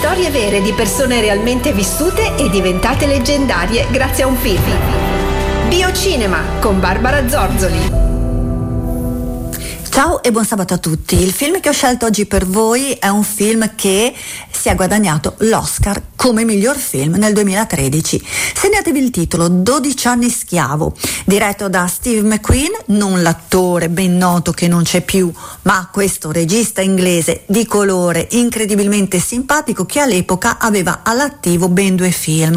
Storie vere di persone realmente vissute e diventate leggendarie grazie a un film. Biocinema con Barbara Zorzoli. Ciao e buon sabato a tutti. Il film che ho scelto oggi per voi è un film che si è guadagnato l'Oscar come miglior film nel 2013. Segnatevi il titolo, 12 anni schiavo, diretto da Steve McQueen, non l'attore ben noto che non c'è più, ma questo regista inglese di colore incredibilmente simpatico che all'epoca aveva all'attivo ben 2 film.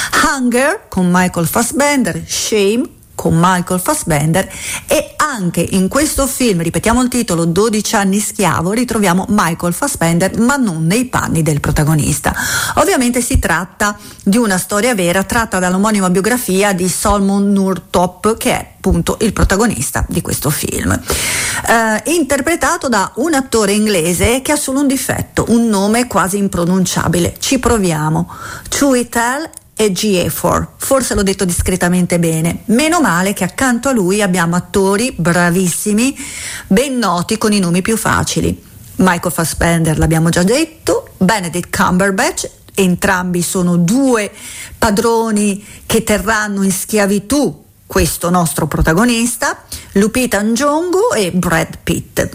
Hunger con Michael Fassbender, Shame con Michael Fassbender, e anche in questo film, ripetiamo il titolo, 12 anni schiavo, ritroviamo Michael Fassbender ma non nei panni del protagonista. Ovviamente si tratta di una storia vera tratta dall'omonima biografia di Solomon Northup, che è appunto il protagonista di questo film, interpretato da un attore inglese che ha solo un difetto, un nome quasi impronunciabile. Ci proviamo: Chiwetel Ejiofor, forse l'ho detto discretamente bene. Meno male che accanto a lui abbiamo attori bravissimi, ben noti con i nomi più facili. Michael Fassbender l'abbiamo già detto, Benedict Cumberbatch, entrambi sono 2 padroni che terranno in schiavitù questo nostro protagonista, Lupita Nyong'o e Brad Pitt.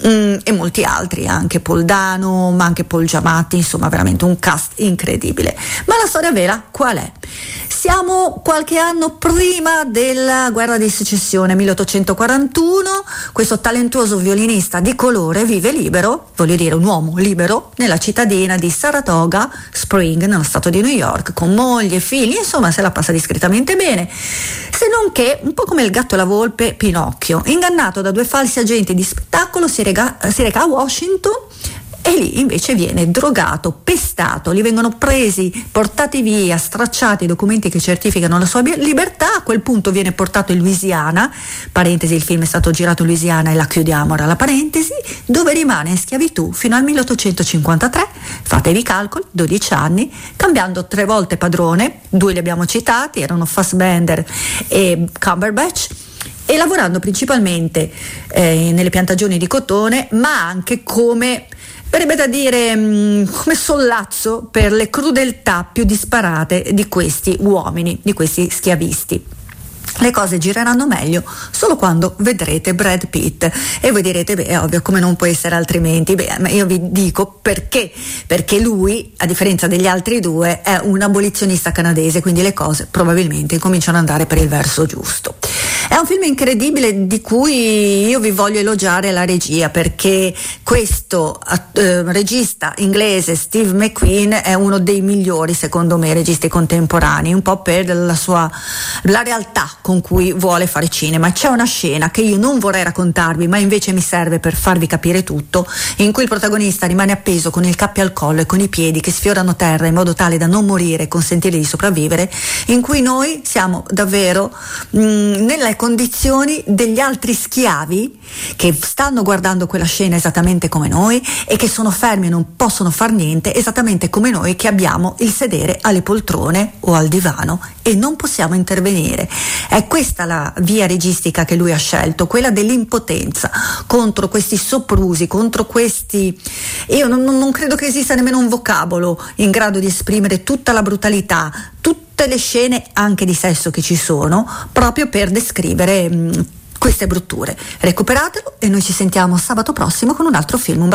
E molti altri, anche Paul Dano, ma anche Paul Giamatti, insomma veramente un cast incredibile. Ma la storia vera qual è? Siamo qualche anno prima della guerra di secessione, 1841, questo talentuoso violinista di colore vive libero, voglio dire un uomo libero, nella cittadina di Saratoga Springs, nello stato di New York, con moglie e figli, insomma se la passa discretamente bene, se non che, un po' come il gatto e la volpe, Pinocchio, ingannato da 2 falsi agenti di spettacolo, si reca a Washington e lì invece viene drogato, pestato, gli vengono presi, portati via, stracciati i documenti che certificano la sua libertà. A quel punto viene portato in Louisiana, parentesi, il film è stato girato in Louisiana e la chiudiamo ora la parentesi, dove rimane in schiavitù fino al 1853, fatevi i calcoli, 12 anni, cambiando 3 volte padrone, 2 li abbiamo citati, erano Fassbender e Cumberbatch, e lavorando principalmente nelle piantagioni di cotone, ma anche come, verrebbe da dire, come sollazzo per le crudeltà più disparate di questi uomini, di questi schiavisti. Le cose gireranno meglio solo quando vedrete Brad Pitt e voi direte: beh, è ovvio, come non può essere altrimenti. Beh, ma io vi dico perché lui, a differenza degli altri 2, è un abolizionista canadese, quindi le cose probabilmente cominciano ad andare per il verso giusto. È un film incredibile di cui io vi voglio elogiare la regia, perché questo regista inglese Steve McQueen è uno dei migliori, secondo me, registi contemporanei, un po' per la realtà con cui vuole fare cinema. C'è una scena che io non vorrei raccontarvi, ma invece mi serve per farvi capire tutto, in cui il protagonista rimane appeso con il cappio al collo e con i piedi che sfiorano terra in modo tale da non morire e consentirgli di sopravvivere, in cui noi siamo davvero nelle condizioni degli altri schiavi che stanno guardando quella scena esattamente come noi e che sono fermi e non possono far niente, esattamente come noi che abbiamo il sedere alle poltrone o al divano e non possiamo intervenire. È questa la via registica che lui ha scelto, quella dell'impotenza contro questi soprusi, contro questi... Io non credo che esista nemmeno un vocabolo in grado di esprimere tutta la brutalità, tutte le scene anche di sesso che ci sono, proprio per descrivere queste brutture. Recuperatelo e noi ci sentiamo sabato prossimo con un altro film.